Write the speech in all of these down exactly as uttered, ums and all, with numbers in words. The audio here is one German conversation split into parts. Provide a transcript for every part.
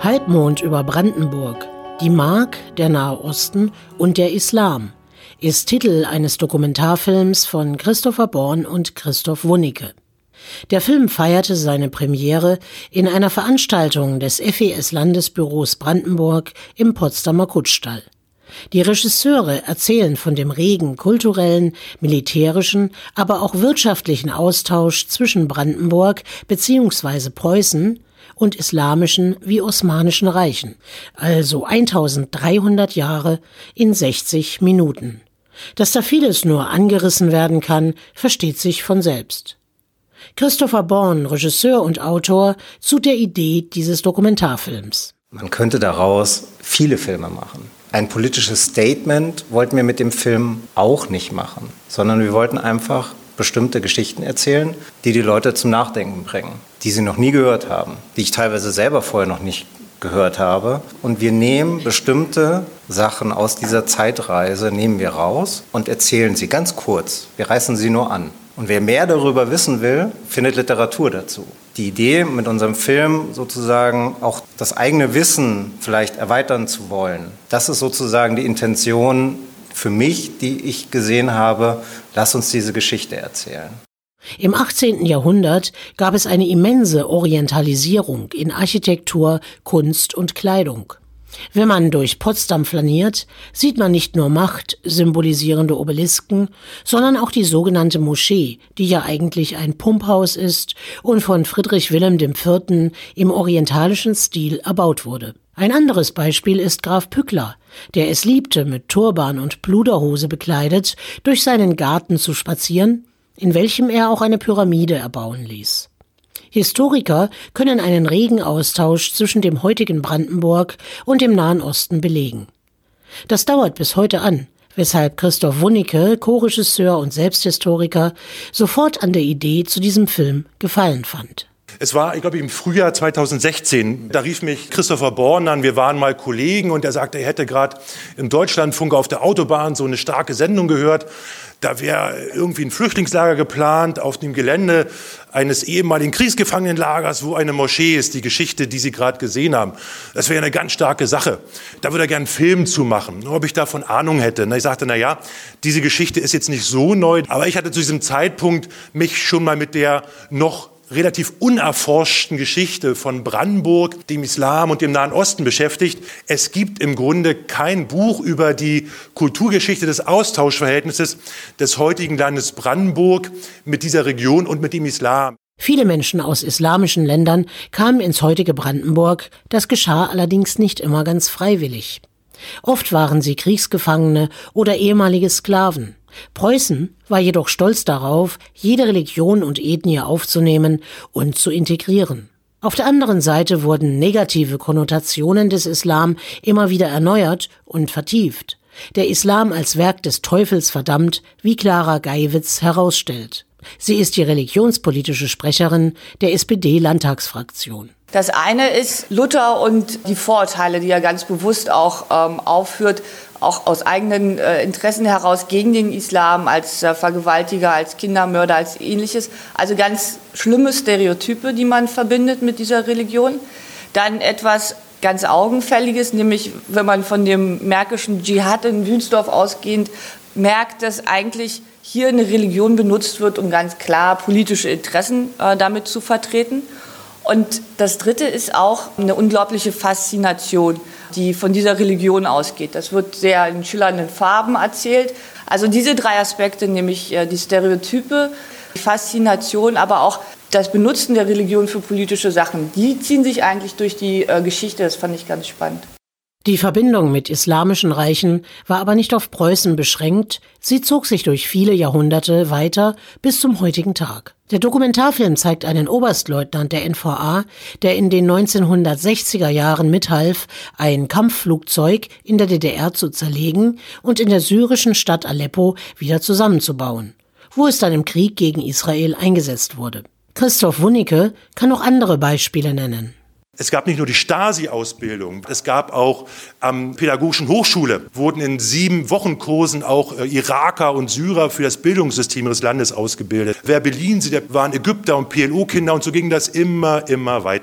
Halbmond über Brandenburg, die Mark, der Nahe Osten und der Islam ist Titel eines Dokumentarfilms von Christopher Born und Christoph Wunicke. Der Film feierte seine Premiere in einer Veranstaltung des F E S-Landesbüros Brandenburg im Potsdamer Kuttstall. Die Regisseure erzählen von dem regen kulturellen, militärischen, aber auch wirtschaftlichen Austausch zwischen Brandenburg bzw. Preußen und islamischen wie osmanischen Reichen, also eintausenddreihundert Jahre in sechzig Minuten. Dass da vieles nur angerissen werden kann, versteht sich von selbst. Christopher Born, Regisseur und Autor, zu der Idee dieses Dokumentarfilms. Man könnte daraus viele Filme machen. Ein politisches Statement wollten wir mit dem Film auch nicht machen, sondern wir wollten einfach bestimmte Geschichten erzählen, die die Leute zum Nachdenken bringen, die sie noch nie gehört haben, die ich teilweise selber vorher noch nicht gehört habe. Und wir nehmen bestimmte Sachen aus dieser Zeitreise, nehmen wir raus und erzählen sie ganz kurz. Wir reißen sie nur an. Und wer mehr darüber wissen will, findet Literatur dazu. Die Idee, mit unserem Film sozusagen auch das eigene Wissen vielleicht erweitern zu wollen, das ist sozusagen die Intention für mich, die ich gesehen habe. Lass uns diese Geschichte erzählen. Im achtzehnten Jahrhundert gab es eine immense Orientalisierung in Architektur, Kunst und Kleidung. Wenn man durch Potsdam flaniert, sieht man nicht nur Macht symbolisierende Obelisken, sondern auch die sogenannte Moschee, die ja eigentlich ein Pumphaus ist und von Friedrich Wilhelm der Vierte im orientalischen Stil erbaut wurde. Ein anderes Beispiel ist Graf Pückler, der es liebte, mit Turban und Pluderhose bekleidet, durch seinen Garten zu spazieren, in welchem er auch eine Pyramide erbauen ließ. Historiker können einen regen Austausch zwischen dem heutigen Brandenburg und dem Nahen Osten belegen. Das dauert bis heute an, weshalb Christoph Wunicke, Co-Regisseur und Selbsthistoriker, sofort an der Idee zu diesem Film Gefallen fand. Es war, ich glaube, im Frühjahr zweitausendsechzehn, da rief mich Christopher Born an, wir waren mal Kollegen und er sagte, er hätte gerade im Deutschlandfunk auf der Autobahn so eine starke Sendung gehört. Da wäre irgendwie ein Flüchtlingslager geplant auf dem Gelände eines ehemaligen Kriegsgefangenenlagers, wo eine Moschee ist, die Geschichte, die Sie gerade gesehen haben. Das wäre eine ganz starke Sache. Da würde er gerne einen Film zu machen, ob ich davon Ahnung hätte. Ich sagte, na ja, diese Geschichte ist jetzt nicht so neu, aber ich hatte zu diesem Zeitpunkt mich schon mal mit der noch relativ unerforschten Geschichte von Brandenburg, dem Islam und dem Nahen Osten beschäftigt. Es gibt im Grunde kein Buch über die Kulturgeschichte des Austauschverhältnisses des heutigen Landes Brandenburg mit dieser Region und mit dem Islam. Viele Menschen aus islamischen Ländern kamen ins heutige Brandenburg, das geschah allerdings nicht immer ganz freiwillig. Oft waren sie Kriegsgefangene oder ehemalige Sklaven. Preußen war jedoch stolz darauf, jede Religion und Ethnie aufzunehmen und zu integrieren. Auf der anderen Seite wurden negative Konnotationen des Islam immer wieder erneuert und vertieft. Der Islam als Werk des Teufels verdammt, wie Clara Geiwitz herausstellt. Sie ist die religionspolitische Sprecherin der S P D-Landtagsfraktion. Das eine ist Luther und die Vorurteile, die er ganz bewusst auch ähm, aufführt, auch aus eigenen äh, Interessen heraus gegen den Islam als äh, Vergewaltiger, als Kindermörder, als Ähnliches. Also ganz schlimme Stereotype, die man verbindet mit dieser Religion. Dann etwas ganz Augenfälliges, nämlich wenn man von dem märkischen Dschihad in Wünsdorf ausgehend merkt, dass eigentlich hier eine Religion benutzt wird, um ganz klar politische Interessen äh, damit zu vertreten. Und das Dritte ist auch eine unglaubliche Faszination, die von dieser Religion ausgeht. Das wird sehr in schillernden Farben erzählt. Also diese drei Aspekte, nämlich die Stereotype, die Faszination, aber auch das Benutzen der Religion für politische Sachen, die ziehen sich eigentlich durch die Geschichte. Das fand ich ganz spannend. Die Verbindung mit islamischen Reichen war aber nicht auf Preußen beschränkt, sie zog sich durch viele Jahrhunderte weiter bis zum heutigen Tag. Der Dokumentarfilm zeigt einen Oberstleutnant der N V A, der in den neunzehnhundertsechziger Jahren mithalf, ein Kampfflugzeug in der D D R zu zerlegen und in der syrischen Stadt Aleppo wieder zusammenzubauen, wo es dann im Krieg gegen Israel eingesetzt wurde. Christoph Wunicke kann noch andere Beispiele nennen. Es gab nicht nur die Stasi-Ausbildung, es gab auch am Pädagogischen Hochschule, wurden in sieben Wochenkursen auch äh, Iraker und Syrer für das Bildungssystem ihres Landes ausgebildet. Wer Berlin sieht, waren Ägypter und P L O-Kinder und so ging das immer, immer weiter.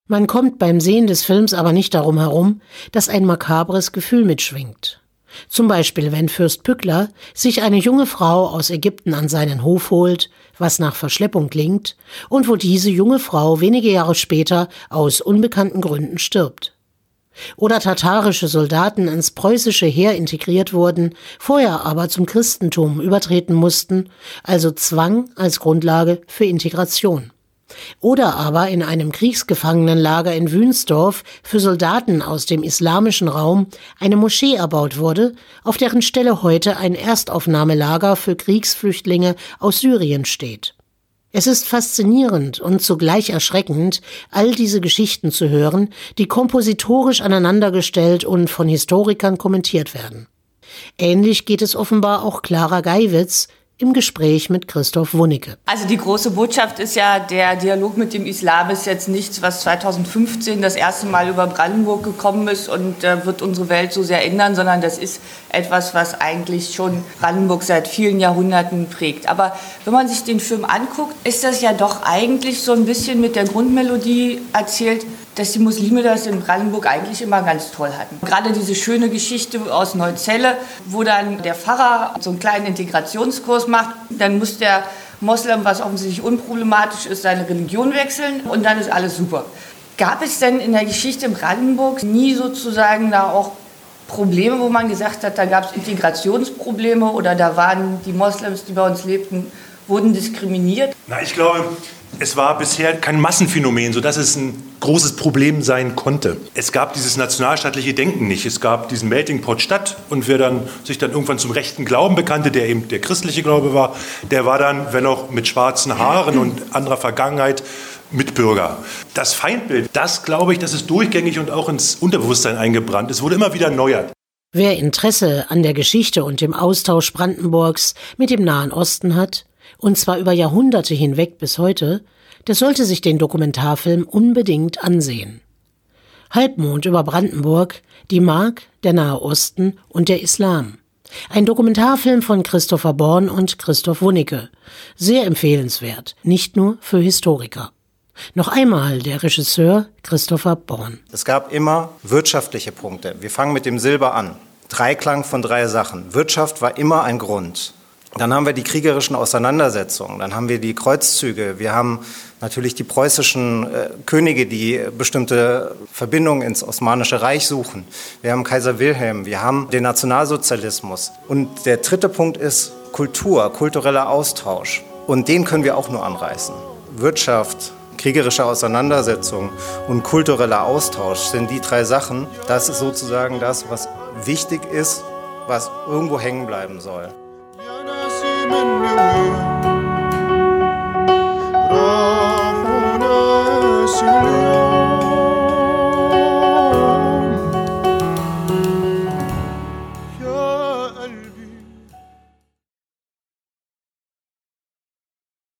Man kommt beim Sehen des Films aber nicht darum herum, dass ein makabres Gefühl mitschwingt. Zum Beispiel, wenn Fürst Pückler sich eine junge Frau aus Ägypten an seinen Hof holt, was nach Verschleppung klingt, und wo diese junge Frau wenige Jahre später aus unbekannten Gründen stirbt. Oder tatarische Soldaten ins preußische Heer integriert wurden, vorher aber zum Christentum übertreten mussten, also Zwang als Grundlage für Integration. Oder aber in einem Kriegsgefangenenlager in Wünsdorf für Soldaten aus dem islamischen Raum eine Moschee erbaut wurde, auf deren Stelle heute ein Erstaufnahmelager für Kriegsflüchtlinge aus Syrien steht. Es ist faszinierend und zugleich erschreckend, all diese Geschichten zu hören, die kompositorisch aneinandergestellt und von Historikern kommentiert werden. Ähnlich geht es offenbar auch Clara Geiwitz im Gespräch mit Christoph Wunicke. Also die große Botschaft ist ja, der Dialog mit dem Islam ist jetzt nichts, was zweitausendfünfzehn das erste Mal über Brandenburg gekommen ist und äh, wird unsere Welt so sehr ändern, sondern das ist etwas, was eigentlich schon Brandenburg seit vielen Jahrhunderten prägt. Aber wenn man sich den Film anguckt, ist das ja doch eigentlich so ein bisschen mit der Grundmelodie erzählt, dass die Muslime das in Brandenburg eigentlich immer ganz toll hatten. Gerade diese schöne Geschichte aus Neuzelle, wo dann der Pfarrer so einen kleinen Integrationskurs macht, dann muss der Moslem, was offensichtlich unproblematisch ist, seine Religion wechseln und dann ist alles super. Gab es denn in der Geschichte in Brandenburg nie sozusagen da auch Probleme, wo man gesagt hat, da gab es Integrationsprobleme oder da waren die Moslems, die bei uns lebten, wurden diskriminiert? Na, ich glaube, es war bisher kein Massenphänomen, sodass es ein großes Problem sein konnte. Es gab dieses nationalstaatliche Denken nicht. Es gab diesen Melting Pot Stadt und wer dann sich dann irgendwann zum rechten Glauben bekannte, der eben der christliche Glaube war, der war dann, wenn auch mit schwarzen Haaren und anderer Vergangenheit, Mitbürger. Das Feindbild, das glaube ich, das ist durchgängig und auch ins Unterbewusstsein eingebrannt. Es wurde immer wieder erneuert. Wer Interesse an der Geschichte und dem Austausch Brandenburgs mit dem Nahen Osten hat, und zwar über Jahrhunderte hinweg bis heute, der sollte sich den Dokumentarfilm unbedingt ansehen. Halbmond über Brandenburg, die Mark, der Nahe Osten und der Islam. Ein Dokumentarfilm von Christopher Born und Christoph Wunicke. Sehr empfehlenswert, nicht nur für Historiker. Noch einmal der Regisseur Christopher Born. Es gab immer wirtschaftliche Punkte. Wir fangen mit dem Silber an. Dreiklang von drei Sachen. Wirtschaft war immer ein Grund. Dann haben wir die kriegerischen Auseinandersetzungen, dann haben wir die Kreuzzüge, wir haben natürlich die preußischen äh, Könige, die bestimmte Verbindungen ins Osmanische Reich suchen. Wir haben Kaiser Wilhelm, wir haben den Nationalsozialismus. Und der dritte Punkt ist Kultur, kultureller Austausch. Und den können wir auch nur anreißen. Wirtschaft, kriegerische Auseinandersetzung und kultureller Austausch sind die drei Sachen. Das ist sozusagen das, was wichtig ist, was irgendwo hängen bleiben soll. You're not seeming new.